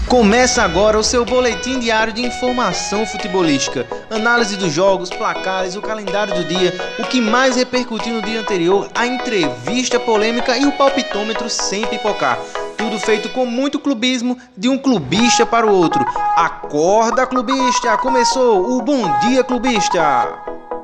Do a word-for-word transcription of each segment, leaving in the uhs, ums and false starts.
Começa agora o seu boletim diário de informação futebolística, análise dos jogos, placares, o calendário do dia, o que mais repercutiu no dia anterior, a entrevista polêmica e o palpitômetro sem pipocar. Tudo feito com muito clubismo, de um clubista para o outro. Acorda, clubista! Começou o Bom Dia Clubista!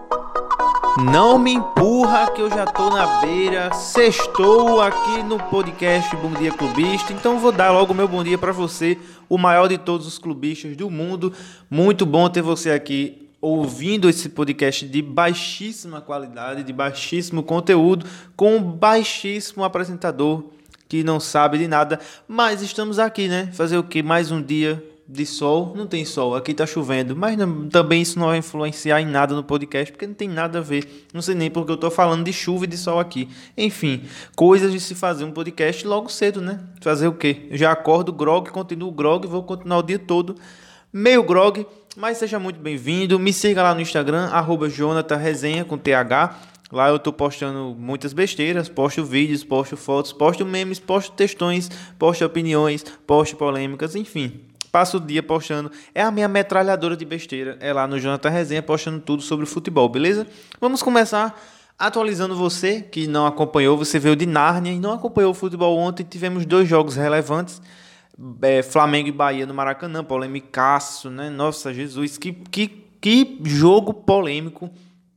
Não me empurra que eu já tô na beira, sextou aqui no podcast Bom Dia Clubista, então vou dar logo meu bom dia para você, o maior de todos os clubistas do mundo. Muito bom ter você aqui ouvindo esse podcast de baixíssima qualidade, de baixíssimo conteúdo, com um baixíssimo apresentador que não sabe de nada, mas estamos aqui, né? Fazer o quê? Mais um dia de sol. Não tem sol, aqui tá chovendo, mas não, também isso não vai influenciar em nada no podcast, porque não tem nada a ver, não sei nem porque eu tô falando de chuva e de sol aqui. Enfim, coisas de se fazer um podcast logo cedo, né? Fazer o quê? Eu já acordo grog, continuo grog, vou continuar o dia todo meio grog, mas seja muito bem-vindo. Me siga lá no Instagram, arroba Jonathan Resenha com T H. Lá eu tô postando muitas besteiras, posto vídeos, posto fotos, posto memes, posto textões, posto opiniões, posto polêmicas, enfim. Passo o dia postando, é a minha metralhadora de besteira, é lá no Jonathan Resenha, postando tudo sobre futebol, beleza? Vamos começar atualizando você, que não acompanhou, você veio de Nárnia e não acompanhou o futebol ontem. Tivemos dois jogos relevantes, é, Flamengo e Bahia no Maracanã, polêmicaço, né? Nossa, Jesus, que, que, que jogo polêmico.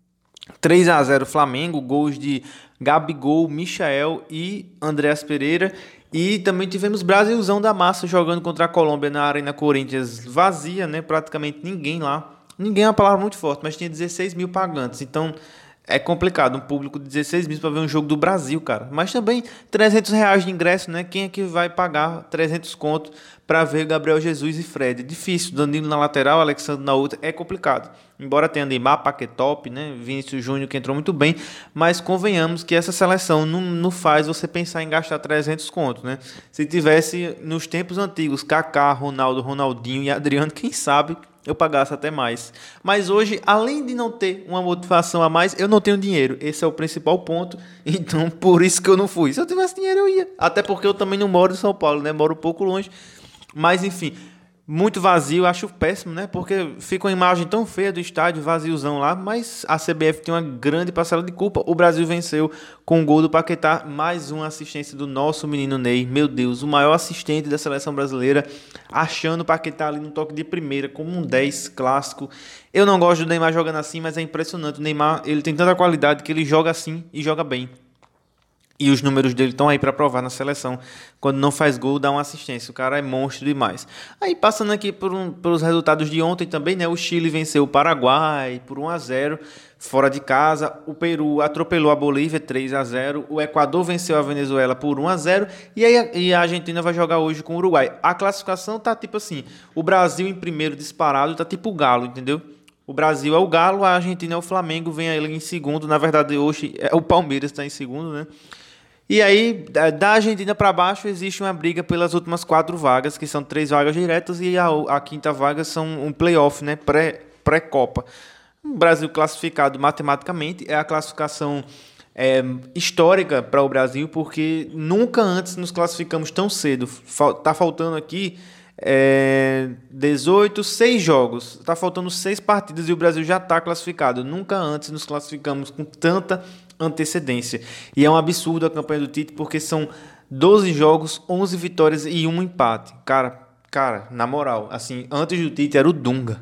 três a zero Flamengo, gols de Gabigol, Michael e Andreas Pereira. E também tivemos Brasilzão da Massa jogando contra a Colômbia na Arena Corinthians vazia, né? Praticamente ninguém lá. Ninguém é uma palavra muito forte, mas tinha dezesseis mil pagantes. Então é complicado, um público de dezesseis mil para ver um jogo do Brasil, cara. Mas também trezentos reais de ingresso, né? Quem é que vai pagar trezentos conto para ver Gabriel Jesus e Fred? É difícil, Danilo na lateral, Alexandre na outra, é complicado. Embora tenha Neymar, Paquetop, né? Vinícius Júnior que entrou muito bem, mas convenhamos que essa seleção não, não faz você pensar em gastar trezentos contos, né? Se tivesse nos tempos antigos Kaká, Ronaldo, Ronaldinho e Adriano, quem sabe eu pagasse até mais. Mas hoje, além de não ter uma motivação a mais, eu não tenho dinheiro. Esse é o principal ponto. Então, por isso que eu não fui. Se eu tivesse dinheiro, eu ia. Até porque eu também não moro em São Paulo, né? Moro um pouco longe. Mas, enfim, muito vazio. Acho péssimo, né? Porque fica uma imagem tão feia do estádio, vaziozão lá. Mas a C B F tem uma grande parcela de culpa. O Brasil venceu com o gol do Paquetá. Mais uma assistência do nosso menino Ney. Meu Deus, o maior assistente da seleção brasileira. Achando o Paquetá ali no toque de primeira, como um dez clássico. Eu não gosto do Neymar jogando assim, mas é impressionante. O Neymar, ele tem tanta qualidade que ele joga assim e joga bem. E os números dele estão aí para provar na seleção. Quando não faz gol, dá uma assistência. O cara é monstro demais. Aí, passando aqui por um, pelos resultados de ontem também, né? O Chile venceu o Paraguai por um a zero, fora de casa. O Peru atropelou a Bolívia, três a zero. O Equador venceu a Venezuela por um a zero. E, aí, e a Argentina vai jogar hoje com o Uruguai. A classificação tá tipo assim, o Brasil em primeiro disparado, tá tipo o Galo, entendeu? O Brasil é o Galo, a Argentina é o Flamengo, vem ele em segundo. Na verdade, hoje é o Palmeiras está em segundo, né? E aí, da Argentina para baixo, existe uma briga pelas últimas quatro vagas, que são três vagas diretas, e a, a quinta vaga são um playoff, né, pré, pré-copa. O Brasil classificado matematicamente é a classificação é, histórica para o Brasil, porque nunca antes nos classificamos tão cedo. Está faltando aqui é, dezoito, seis jogos. Está faltando seis partidas e o Brasil já está classificado. Nunca antes nos classificamos com tanta antecedência. E é um absurdo a campanha do Tite, porque são doze jogos, onze vitórias e um empate. Cara, cara, na moral, assim, antes do Tite era o Dunga.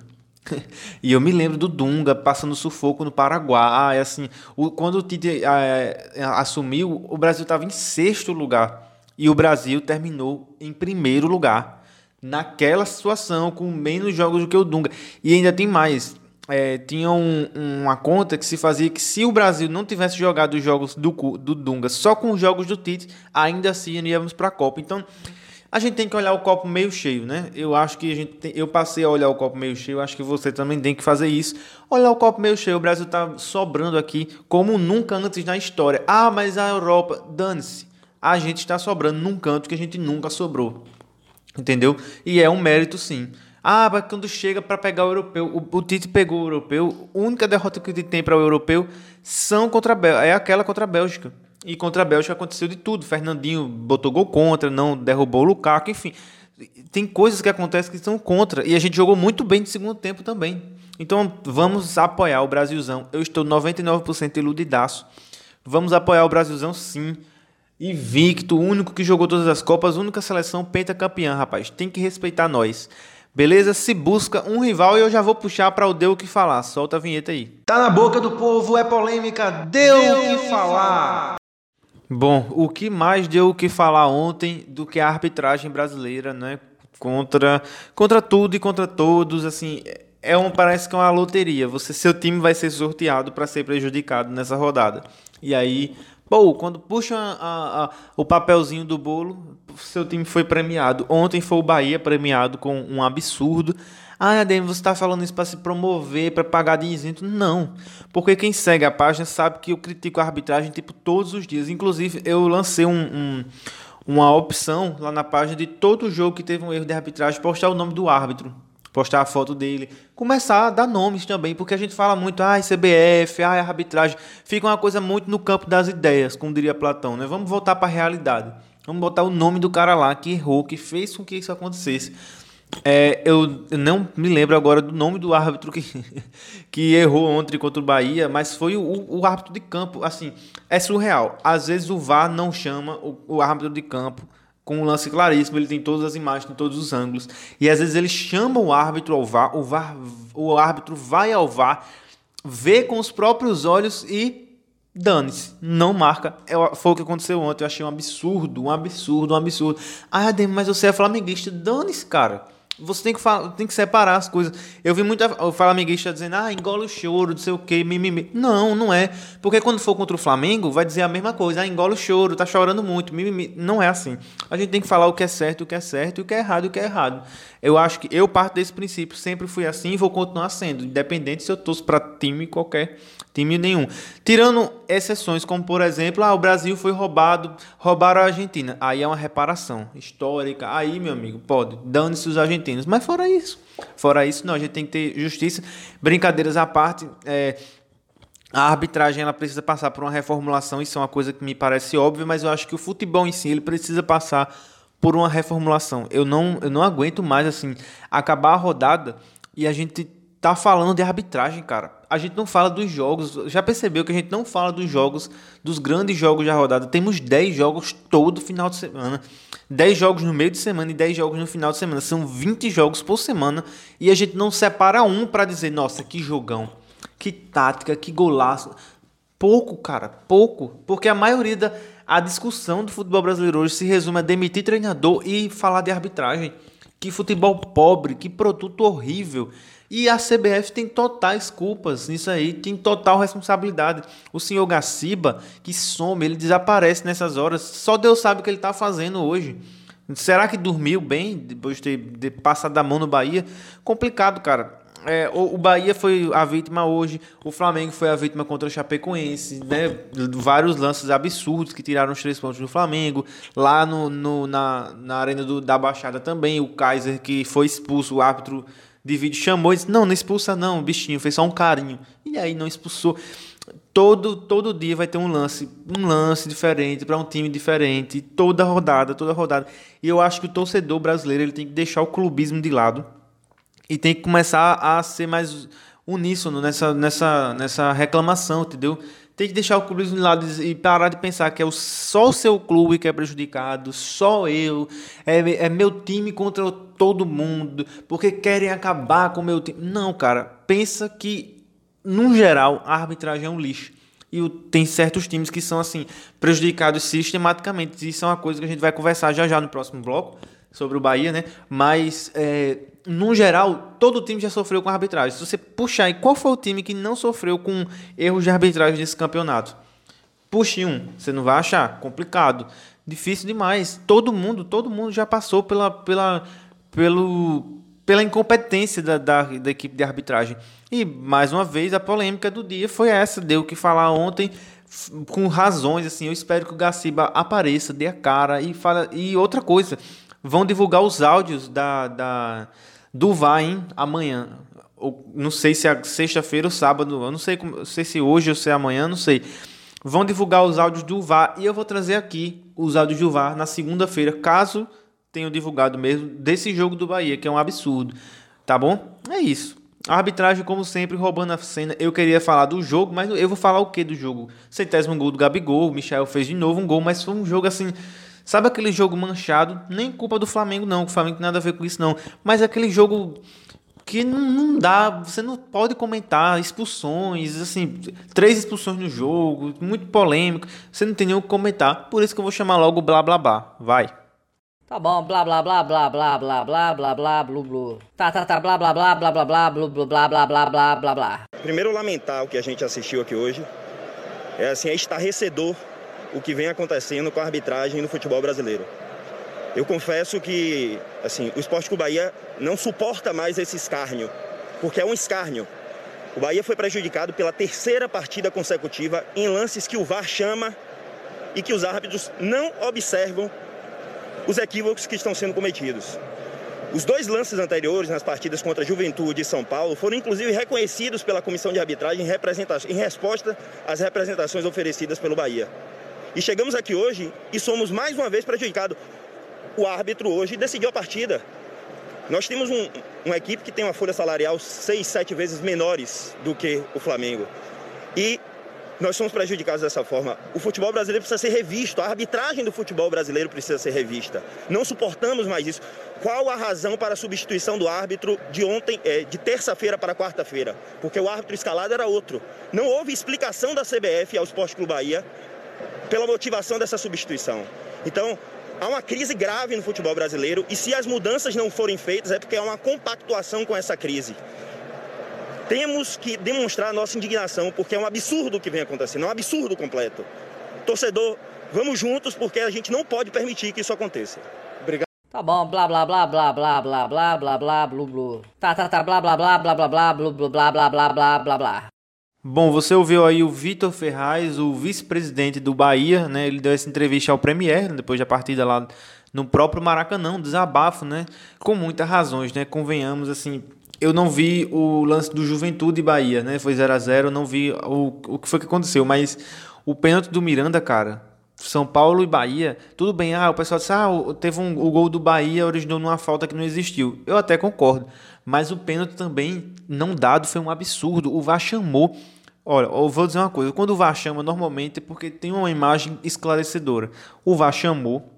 E eu me lembro do Dunga passando sufoco no Paraguai. Assim, o, quando o Tite é, assumiu, o Brasil estava em sexto lugar. E o Brasil terminou em primeiro lugar. Naquela situação, com menos jogos do que o Dunga. E ainda tem mais. É, tinha um, uma conta que se fazia que se o Brasil não tivesse jogado os jogos do, do Dunga só com os jogos do Tite, ainda assim íamos para a Copa. Então a gente tem que olhar o copo meio cheio, né? Eu acho que a gente tem, eu passei a olhar o copo meio cheio, acho que você também tem que fazer isso. Olhar o copo meio cheio, o Brasil está sobrando aqui como nunca antes na história. Ah, mas a Europa, dane-se, a gente está sobrando num canto que a gente nunca sobrou, entendeu? E é um mérito, sim. Ah, mas quando chega para pegar o europeu, o, o Tite pegou o europeu, a única derrota que o Tite tem para o europeu são contra a Bélgica, é aquela contra a Bélgica. E contra a Bélgica aconteceu de tudo. Fernandinho botou gol contra, não derrubou o Lukaku, enfim. tem coisas que acontecem que são contra. E a gente jogou muito bem no segundo tempo também. Então, vamos apoiar o Brasilzão. Eu estou noventa e nove por cento iludidaço. Vamos apoiar o Brasilzão, sim. Invicto, o único que jogou todas as Copas, única seleção pentacampeã, rapaz. Tem que respeitar nós. Beleza? Se busca um rival e eu já vou puxar para o Deu o que falar. Solta a vinheta aí. Tá na boca do povo, é polêmica, deu o que falar. Bom, o que mais deu o que falar ontem do que a arbitragem brasileira, né? Contra, contra tudo e contra todos, assim, é um, parece que é uma loteria. Você, seu time vai ser sorteado para ser prejudicado nessa rodada. E aí, pô, quando puxa a, a, o papelzinho do bolo, seu time foi premiado. Ontem foi o Bahia premiado com um absurdo. Ah, Adem, você está falando isso para se promover, para pagar de isento? Não, porque quem segue a página sabe que eu critico a arbitragem tipo todos os dias. Inclusive, eu lancei um, um, uma opção lá na página de todo jogo que teve um erro de arbitragem, postar o nome do árbitro, postar a foto dele, começar a dar nomes também, porque a gente fala muito, ah, C B F, ah, arbitragem, fica uma coisa muito no campo das ideias, como diria Platão, né? Vamos voltar para a realidade, vamos botar o nome do cara lá que errou, que fez com que isso acontecesse. É, eu não me lembro agora do nome do árbitro que, que errou ontem contra o Bahia, mas foi o, o árbitro de campo. Assim, é surreal. Às vezes o V A R não chama o, o árbitro de campo com um lance claríssimo, ele tem todas as imagens, tem todos os ângulos. E às vezes ele chama o árbitro ao V A R, o, V A R, o árbitro vai ao V A R, vê com os próprios olhos e dane-se, não marca. É, foi o que aconteceu ontem, eu achei um absurdo, um absurdo, um absurdo. Ah, Adem, mas você é flamenguista, dane-se, cara. Você tem que, falar, tem que separar as coisas. Eu vi muita flamenguista dizendo, ah, engole o choro, não sei o que, mimimi. Não, não é. Porque quando for contra o Flamengo, vai dizer a mesma coisa. Ah, engole o choro, tá chorando muito, mimimi. Não é assim. A gente tem que falar o que é certo, o que é certo, e o que é errado, o que é errado. Eu acho que eu parto desse princípio, sempre fui assim e vou continuar sendo, independente se eu torço para time qualquer, time nenhum. Tirando exceções, como por exemplo, ah, o Brasil foi roubado, roubaram a Argentina. Aí é uma reparação histórica. Aí, meu amigo, pode, dane-se os argentinos. Mas fora isso, fora isso, não, a gente tem que ter justiça. Brincadeiras à parte, é, a arbitragem ela precisa passar por uma reformulação, isso é uma coisa que me parece óbvia, mas eu acho que o futebol em si ele precisa passar por uma reformulação. Eu não, eu não aguento mais assim acabar a rodada e a gente tá falando de arbitragem, cara. A gente não fala dos jogos. Já percebeu que a gente não fala dos jogos, dos grandes jogos da rodada. Temos dez jogos todo final de semana. dez jogos no meio de semana e dez jogos no final de semana. São vinte jogos por semana e a gente não separa um para dizer, nossa, que jogão, que tática, que golaço. Pouco, cara, pouco. Porque a maioria da a discussão do futebol brasileiro hoje se resume a demitir treinador e falar de arbitragem. Que futebol pobre, que produto horrível. E a C B F tem totais culpas nisso aí, tem total responsabilidade. O senhor Gaciba, que some, ele desaparece nessas horas. Só Deus sabe o que ele está fazendo hoje. Será que dormiu bem depois de ter de passado a mão no Bahia? Complicado, cara. É, o, o Bahia foi a vítima hoje, o Flamengo foi a vítima contra o Chapecoense, né? Vários lances absurdos que tiraram os três pontos do Flamengo. Lá no, no, na, na arena do, da Baixada também, o Kaiser que foi expulso, o árbitro de vídeo chamou e disse, não, não expulsa não, bichinho, fez só um carinho. E aí não expulsou. Todo, todo dia vai ter um lance, um lance diferente para um time diferente, toda rodada, toda rodada. E eu acho que o torcedor brasileiro ele tem que deixar o clubismo de lado e tem que começar a ser mais uníssono nessa, nessa, nessa reclamação, entendeu? Tem que deixar o clubismo de lado e parar de pensar que é só o seu clube que é prejudicado, só eu, é, é meu time contra todo mundo, porque querem acabar com o meu time. Não, cara, pensa que, no geral, a arbitragem é um lixo. E tem certos times que são assim prejudicados sistematicamente. Isso é uma coisa que a gente vai conversar já já no próximo bloco, sobre o Bahia, né? Mas, é, no geral, todo time já sofreu com arbitragem. Se você puxar aí, qual foi o time que não sofreu com erros de arbitragem nesse campeonato? Puxe um, você não vai achar. Complicado. Difícil demais. Todo mundo, todo mundo já passou pela, pela, pelo, pela incompetência da, da, da equipe de arbitragem. E, mais uma vez, a polêmica do dia foi essa. Deu o que falar ontem, com razões. Assim, eu espero que o Gaciba apareça, dê a cara e fala. E outra coisa, vão divulgar os áudios da, da, do V A R, hein, amanhã. Ou, não sei se é sexta-feira ou sábado. Eu não sei, como, não sei se hoje ou se é amanhã, não sei. Vão divulgar os áudios do V A R e eu vou trazer aqui os áudios do V A R na segunda-feira, caso tenham divulgado mesmo desse jogo do Bahia, que é um absurdo, tá bom? É isso. A arbitragem, como sempre, roubando a cena. Eu queria falar do jogo, mas eu vou falar o que do jogo? Centésimo gol do Gabigol, o Michael fez de novo um gol, mas foi um jogo assim... Sabe aquele jogo manchado? Nem culpa do Flamengo, não. O Flamengo não tem nada a ver com isso, não. Mas aquele jogo que não, não dá. Você não pode comentar expulsões, assim, três expulsões no jogo, muito polêmico. Você não tem nem o que comentar. Por isso que eu vou chamar logo o blá blá blá. Vai. Tá bom, blá blá blá blá blá blá blá blá blá blu blu. Tá, tá, tá, blá blá blá blá blá blá blu blu blá blá blá blá blá blá. Primeiro, lamentar o que a gente assistiu aqui hoje. É assim, é estarrecedor o que vem acontecendo com a arbitragem no futebol brasileiro. Eu confesso que, assim, o Sport Clube Bahia não suporta mais esse escárnio, porque é um escárnio. O Bahia foi prejudicado pela terceira partida consecutiva em lances que o V A R chama e que os árbitros não observam os equívocos que estão sendo cometidos. Os dois lances anteriores nas partidas contra a Juventude e São Paulo foram inclusive reconhecidos pela comissão de arbitragem em, em resposta às representações oferecidas pelo Bahia. E chegamos aqui hoje e somos mais uma vez prejudicados. O árbitro hoje decidiu a partida. Nós temos um, uma equipe que tem uma folha salarial seis, sete vezes menores do que o Flamengo. E nós somos prejudicados dessa forma. O futebol brasileiro precisa ser revisto. A arbitragem do futebol brasileiro precisa ser revista. Não suportamos mais isso. Qual a razão para a substituição do árbitro de ontem, é, de terça-feira para quarta-feira? Porque o árbitro escalado era outro. Não houve explicação da C B F ao Sport Clube Bahia pela motivação dessa substituição. Então, há uma crise grave no futebol brasileiro e se as mudanças não forem feitas é porque há uma compactuação com essa crise. Temos que demonstrar a nossa indignação porque é um absurdo o que vem acontecendo, é um absurdo completo. Torcedor, vamos juntos porque a gente não pode permitir que isso aconteça. Obrigado. Tá bom, blá blá blá blá blá blá blá blá blá blu blu. Tá, tá, tá, blá blá blá blá blá blá blu blu blá blá blá blá blá blá. Bom, você ouviu aí o Vitor Ferraz, o vice-presidente do Bahia, né? Ele deu essa entrevista ao Premier, depois da partida lá no próprio Maracanã, um desabafo, né? Com muitas razões, né? Convenhamos, assim, eu não vi o lance do Juventude e Bahia, né? Foi zero a zero, eu não vi o, o que foi que aconteceu, mas o pênalti do Miranda, cara, São Paulo e Bahia, tudo bem, ah, o pessoal disse, ah, teve um, o gol do Bahia originou numa falta que não existiu. Eu até concordo, mas o pênalti também não dado foi um absurdo, o V A R chamou. Olha, eu vou dizer uma coisa, quando o V A R chama normalmente é porque tem uma imagem esclarecedora. O V A R chamou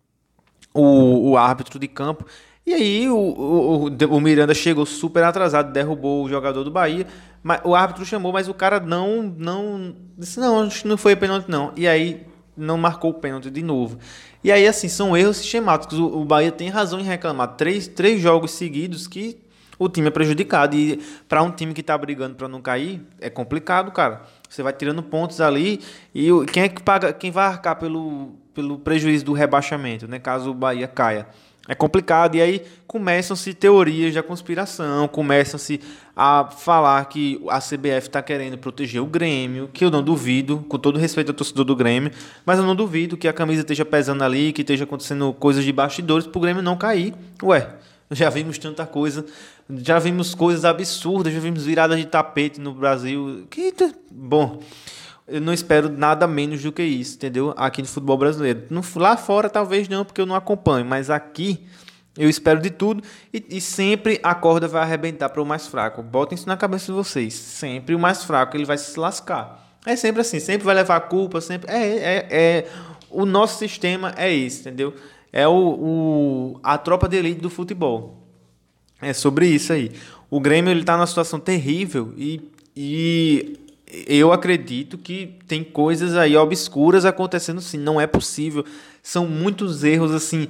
o, o árbitro de campo e aí o, o, o Miranda chegou super atrasado, derrubou o jogador do Bahia, mas o árbitro chamou, mas o cara não, não disse, não, acho que não foi pênalti não. E aí não marcou o pênalti de novo. E aí assim, são erros sistemáticos. O, o Bahia tem razão em reclamar. Três, três jogos seguidos que o time é prejudicado. E para um time que tá brigando para não cair, é complicado, cara. Você vai tirando pontos ali e quem é que paga, quem vai arcar pelo, pelo prejuízo do rebaixamento, né? Caso o Bahia caia. É complicado. E aí começam-se teorias da conspiração, começam-se a falar que a C B F está querendo proteger o Grêmio, que eu não duvido, com todo respeito ao torcedor do Grêmio, mas eu não duvido que a camisa esteja pesando ali, que esteja acontecendo coisas de bastidores para o Grêmio não cair. Ué, já vimos tanta coisa, já vimos coisas absurdas, já vimos viradas de tapete no Brasil. Que, bom, eu não espero nada menos do que isso, entendeu? Aqui no futebol brasileiro. No, lá fora talvez não, porque eu não acompanho, mas aqui eu espero de tudo e, e sempre a corda vai arrebentar para o mais fraco. Botem isso na cabeça de vocês. Sempre o mais fraco, ele vai se lascar. É sempre assim, sempre vai levar a culpa, sempre... É, é, é, o nosso sistema é esse, entendeu? É o, o, a tropa de elite do futebol. É sobre isso aí. O Grêmio está numa situação terrível e, e eu acredito que tem coisas aí obscuras acontecendo sim. Não é possível. São muitos erros assim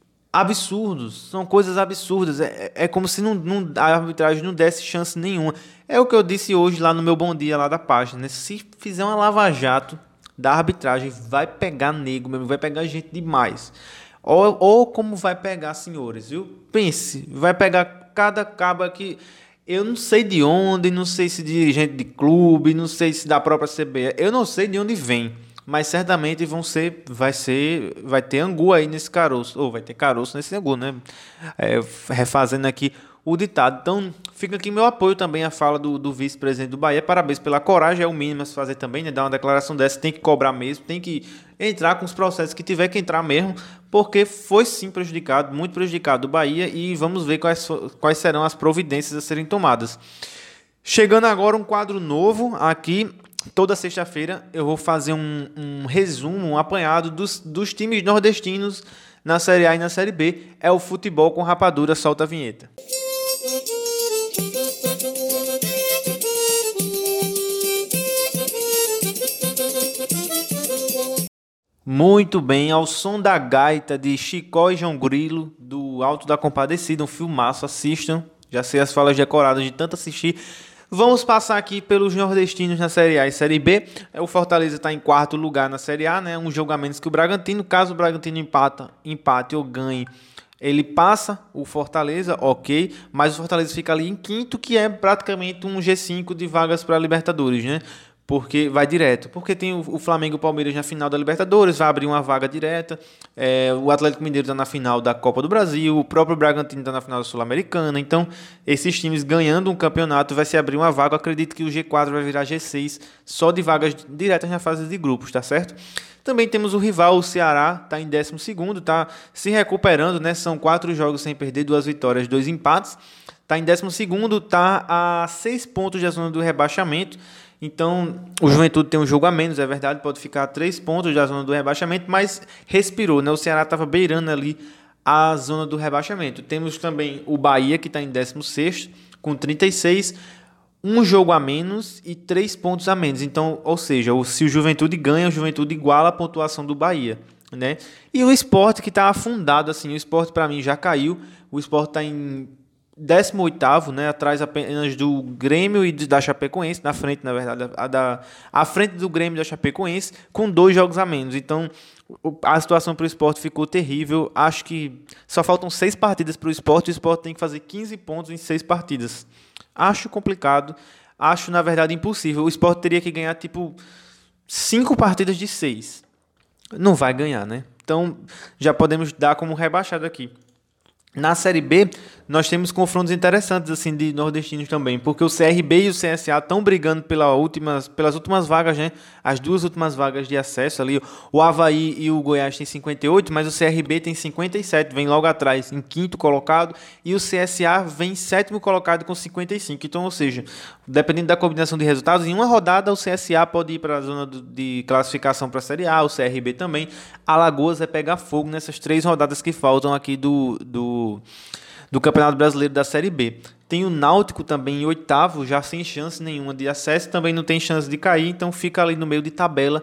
absurdos. São coisas absurdas. É, é como se não, não, a arbitragem não desse chance nenhuma. É o que eu disse hoje lá no meu Bom Dia lá da página, né? Se fizer uma lava-jato da arbitragem, vai pegar nego mesmo, vai pegar gente demais. Ou, ou como vai pegar, senhores, viu? Pense, vai pegar cada caba que... Eu não sei de onde, não sei se dirigente de clube, não sei se da própria C B F, eu não sei de onde vem. mas certamente vão ser, vai ser, vai ter angu aí nesse caroço, ou vai ter caroço nesse angu, né? É, refazendo aqui o ditado. Então, fica aqui meu apoio também à fala do, do vice-presidente do Bahia. Parabéns pela coragem, é o mínimo a se fazer também, né? Dar uma declaração dessa, tem que cobrar mesmo, tem que entrar com os processos que tiver que entrar mesmo, porque foi sim prejudicado, muito prejudicado o Bahia, e vamos ver quais, quais serão as providências a serem tomadas. Chegando agora um quadro novo aqui, toda sexta-feira eu vou fazer um, um resumo, um apanhado dos, dos times nordestinos na Série A e na Série B. É o Futebol com Rapadura, solta a vinheta. Muito bem, ao som da gaita de Chicó e João Grilo, do Alto da Compadecida, um filmaço, assistam. Já sei as falas decoradas de tanto assistir. Vamos passar aqui pelos nordestinos na Série A e Série B. O Fortaleza está em quarto lugar na Série A, né? Um jogo a menos que o Bragantino. Caso o Bragantino empata, empate ou ganhe, ele passa o Fortaleza, ok. Mas o Fortaleza fica ali em quinto, que é praticamente um G cinco de vagas para a Libertadores, né? Porque vai direto, porque tem o, o Flamengo e o Palmeiras na final da Libertadores, vai abrir uma vaga direta, é, o Atlético Mineiro está na final da Copa do Brasil, o próprio Bragantino está na final da Sul-Americana, então esses times ganhando um campeonato vai se abrir uma vaga. Eu acredito que o G quatro vai virar G seis, só de vagas diretas na fase de grupos, tá certo? Também temos o rival, o Ceará, está em décimo segundo, está se recuperando, né? São quatro jogos sem perder, duas vitórias, dois empates, está em décimo segundo, está a seis pontos da zona do rebaixamento. Então, o Juventude tem um jogo a menos, é verdade, pode ficar a três pontos da zona do rebaixamento, mas respirou, né? O Ceará estava beirando ali a zona do rebaixamento. Temos também o Bahia, que está em décimo sexto, com trinta e seis, um jogo a menos e três pontos a menos. Então, ou seja, se o Juventude ganha, o Juventude iguala a pontuação do Bahia, né? E o Sport, que está afundado, assim, o Sport para mim já caiu, o Sport está em décimo oitavo, né, atrás apenas do Grêmio e da Chapecoense, na frente, na verdade, a, da, à frente do Grêmio e da Chapecoense, com dois jogos a menos. Então, a situação para o Sport ficou terrível. Acho que só faltam seis partidas para o Sport, e o Sport tem que fazer quinze pontos em seis partidas. Acho complicado, acho, na verdade, impossível. O Sport teria que ganhar, tipo, cinco partidas de seis. Não vai ganhar, né? Então, já podemos dar como rebaixado aqui. Na Série B, nós temos confrontos interessantes assim de nordestinos também, porque o C R B e o C S A estão brigando pela últimas, pelas últimas vagas, né? As duas últimas vagas de acesso ali. O Avaí e o Goiás têm cinquenta e oito, mas o C R B tem cinquenta e sete, vem logo atrás, em quinto colocado, e o C S A vem em sétimo colocado com cinquenta e cinco. Então, ou seja, dependendo da combinação de resultados, em uma rodada o C S A pode ir para a zona de classificação para a Série A, o C R B também. Alagoas vai pegar fogo nessas três rodadas que faltam aqui do... do do Campeonato Brasileiro da Série B. Tem o Náutico também em oitavo, já sem chance nenhuma de acesso, também não tem chance de cair, então fica ali no meio de tabela.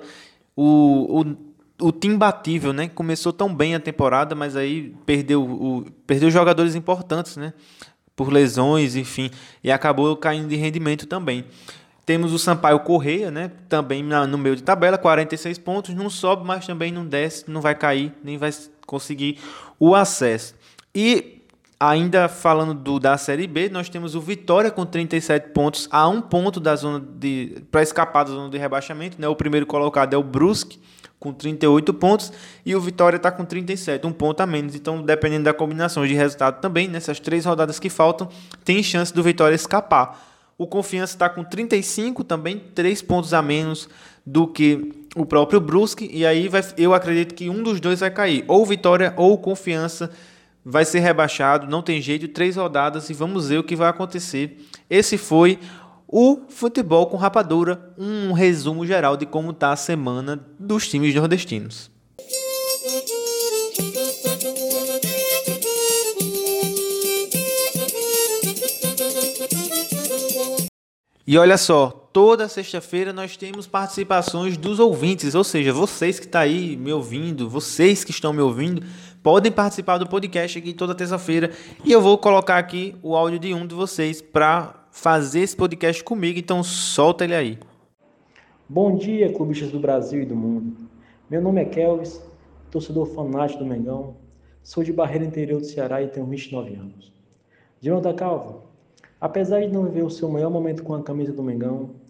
O, o, o time imbatível, né? Começou tão bem a temporada, mas aí perdeu, o, perdeu jogadores importantes, né? Por lesões, enfim, e acabou caindo de rendimento também. Temos o Sampaio Corrêa, né? Também na, no meio de tabela, quarenta e seis pontos, não sobe, mas também não desce, não vai cair, nem vai conseguir o acesso. E ainda falando do, da Série B, nós temos o Vitória com trinta e sete pontos, a um ponto da zona de para escapar da zona de rebaixamento, né? O primeiro colocado é o Brusque com trinta e oito pontos e o Vitória está com trinta e sete, um ponto a menos. Então, dependendo da combinação de resultado também, nessas três rodadas que faltam, tem chance do Vitória escapar. O Confiança está com trinta e cinco também, três pontos a menos do que o próprio Brusque, e aí vai, eu acredito que um dos dois vai cair, ou o Vitória ou o Confiança vai ser rebaixado, não tem jeito, três rodadas e vamos ver o que vai acontecer. Esse foi o Futebol com Rapadura, um resumo geral de como está a semana dos times nordestinos. E olha só, toda sexta-feira nós temos participações dos ouvintes, ou seja, vocês que estão aí me ouvindo, vocês que estão me ouvindo, podem participar do podcast aqui toda terça-feira e eu vou colocar aqui o áudio de um de vocês para fazer esse podcast comigo, então solta ele aí. Bom dia, clubistas do Brasil e do mundo. Meu nome é Kelvis, torcedor fanático do Mengão, sou de Barreira, interior do Ceará e tenho vinte e nove anos. Jonathan Calvo, apesar de não viver o seu melhor momento com a camisa do Mengão,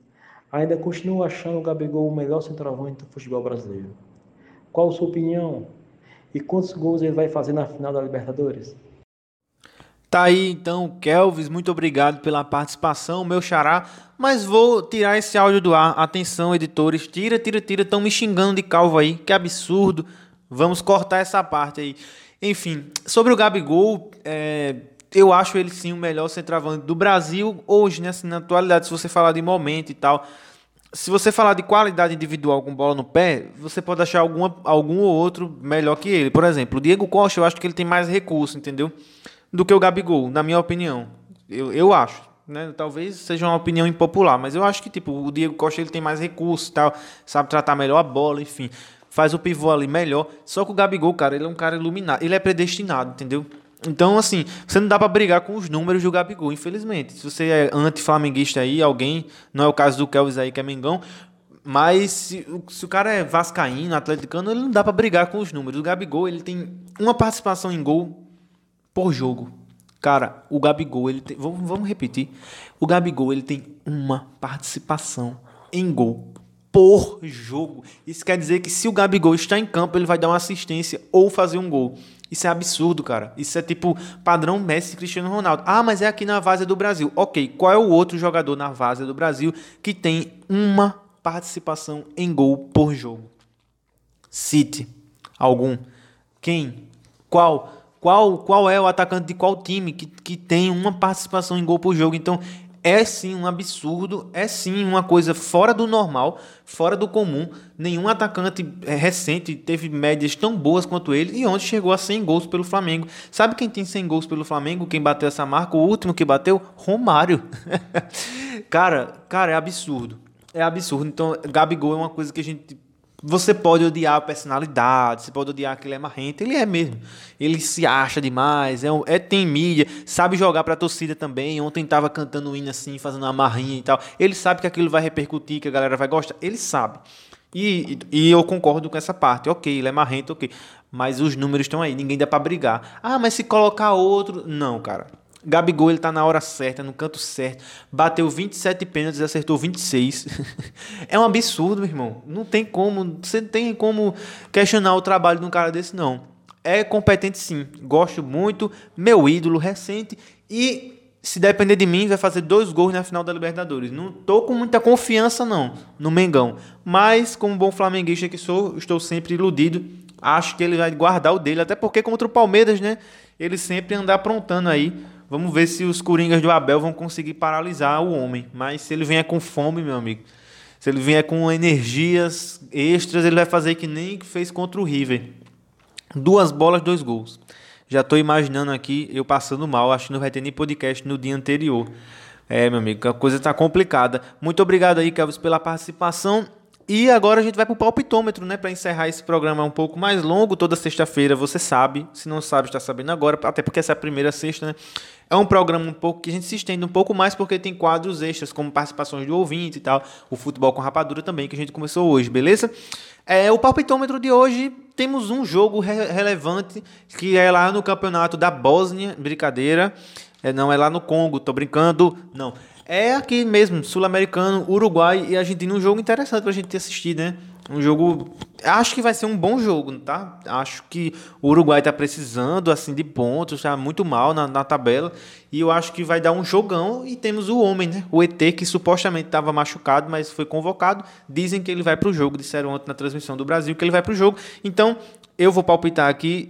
Ainda continuo achando o Gabigol o melhor centroavante do futebol brasileiro. Qual a sua opinião? E quantos gols ele vai fazer na final da Libertadores? Tá aí então, Kelvis, muito obrigado pela participação, meu xará, mas vou tirar esse áudio do ar. Atenção, editores, tira, tira, tira, estão me xingando de calvo aí, que absurdo, vamos cortar essa parte aí. Enfim, sobre o Gabigol, é, eu acho ele sim o melhor centroavante do Brasil hoje, né, assim, na atualidade, se você falar de momento e tal. Se você falar de qualidade individual com bola no pé, você pode achar alguma, algum ou outro melhor que ele. Por exemplo, o Diego Costa, eu acho que ele tem mais recurso, entendeu? Do que o Gabigol, na minha opinião. Eu, eu acho, né? Talvez seja uma opinião impopular, mas eu acho que tipo, o Diego Costa ele tem mais recursos, tal, sabe tratar melhor a bola, enfim, faz o pivô ali melhor. Só que o Gabigol, cara, ele é um cara iluminado, ele é predestinado, entendeu? Então, assim, você não dá pra brigar com os números do Gabigol, infelizmente. Se você é anti-flamenguista aí, alguém, não é o caso do Kelvis aí, que é Mengão, mas se, se o cara é vascaíno, atleticano, ele não dá pra brigar com os números. O Gabigol, ele tem uma participação em gol por jogo. Cara, o Gabigol, ele tem... Vamos, vamos repetir. O Gabigol, ele tem uma participação em gol por jogo. Isso quer dizer que se o Gabigol está em campo, ele vai dar uma assistência ou fazer um gol. Isso é absurdo, cara. Isso é tipo padrão Messi e Cristiano Ronaldo. Ah, mas é aqui na Várzea do Brasil. Ok, qual é o outro jogador na Várzea do Brasil que tem uma participação em gol por jogo? Cite algum. Quem? Qual? Qual, qual é o atacante de qual time que, que tem uma participação em gol por jogo? Então, é sim um absurdo, é sim uma coisa fora do normal, fora do comum. Nenhum atacante recente teve médias tão boas quanto ele e ontem chegou a cem gols pelo Flamengo. Sabe quem tem cem gols pelo Flamengo? Quem bateu essa marca? O último que bateu? Romário. cara, cara, é absurdo. É absurdo. Então, Gabigol é uma coisa que a gente... Você pode odiar a personalidade, você pode odiar que ele é marrento, ele é mesmo. Ele se acha demais, é, é tem mídia, sabe jogar pra torcida também. Ontem tava cantando um hino assim, fazendo uma marrinha e tal. Ele sabe que aquilo vai repercutir, que a galera vai gostar. Ele sabe. E, e eu concordo com essa parte. Ok, ele é marrento, ok. Mas os números estão aí, ninguém dá pra brigar. Ah, mas se colocar outro... Não, cara. Gabigol, ele tá na hora certa, no canto certo. Bateu vinte e sete pênaltis e acertou vinte e seis. É um absurdo, meu irmão. Não tem como... Você não tem como questionar o trabalho de um cara desse, não. É competente, sim. Gosto muito. Meu ídolo recente. E, se depender de mim, vai fazer dois gols na final da Libertadores. Não tô com muita confiança, não, no Mengão. Mas, como bom flamenguista que sou, estou sempre iludido. Acho que ele vai guardar o dele. Até porque contra o Palmeiras, né? Ele sempre anda aprontando aí. Vamos ver se os coringas do Abel vão conseguir paralisar o homem. Mas se ele vier com fome, meu amigo, se ele vier com energias extras, ele vai fazer que nem que fez contra o River. Duas bolas, dois gols. Já estou imaginando aqui eu passando mal. Acho que não vai ter nem podcast no dia anterior. É, meu amigo, a coisa está complicada. Muito obrigado aí, Kelvis, pela participação. E agora a gente vai para o palpitômetro, né? Para encerrar esse programa um pouco mais longo. Toda sexta-feira, você sabe. Se não sabe, está sabendo agora. Até porque essa é a primeira sexta, né? É um programa um pouco que a gente se estende um pouco mais porque tem quadros extras, como participações do ouvinte e tal. O Futebol com Rapadura também, que a gente começou hoje, beleza? É, o palpitômetro de hoje, temos um jogo re- relevante, que é lá no campeonato da Bósnia. Brincadeira. É, não é lá no Congo, tô brincando. Não. É aqui mesmo, sul-americano, Uruguai e Argentina, um jogo interessante pra gente assistir, né? Um jogo... Acho que vai ser um bom jogo, tá? Acho que o Uruguai tá precisando, assim, de pontos, tá muito mal na, na tabela. E eu acho que vai dar um jogão. E temos o homem, né? O E T, que supostamente estava machucado, mas foi convocado. Dizem que ele vai pro jogo. Disseram ontem na transmissão do Brasil que ele vai pro jogo. Então, eu vou palpitar aqui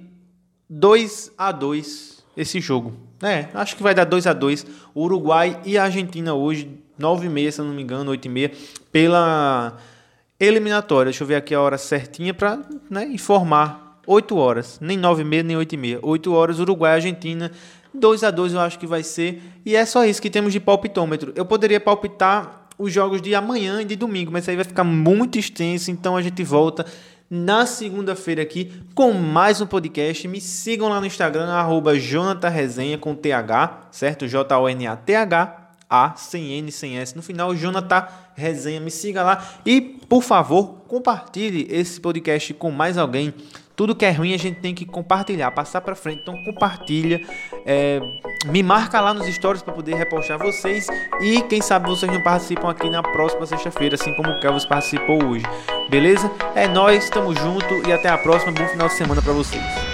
dois a dois esse jogo. É, acho que vai dar dois a dois. Uruguai e Argentina hoje, nove e meia, se eu não me engano, oito e meia, pela eliminatória. Deixa eu ver aqui a hora certinha para, né, informar. oito horas, nem nove e meia, nem oito e meia. oito horas, Uruguai e Argentina. dois a dois eu acho que vai ser. E é só isso que temos de palpitômetro. Eu poderia palpitar os jogos de amanhã e de domingo, mas aí vai ficar muito extenso, então a gente volta na segunda-feira aqui com mais um podcast. Me sigam lá no Instagram, arroba Jonathan Resenha com T H, certo? J O N A T H A, sem N, sem S no final, Jonathan Resenha. Me siga lá e, por favor, compartilhe esse podcast com mais alguém. Tudo que é ruim a gente tem que compartilhar, passar pra frente. Então compartilha, é, me marca lá nos stories para poder repostar vocês. E quem sabe vocês não participam aqui na próxima sexta-feira, assim como o Kelvis participou hoje. Beleza? É nóis, tamo junto e até a próxima. Bom final de semana pra vocês.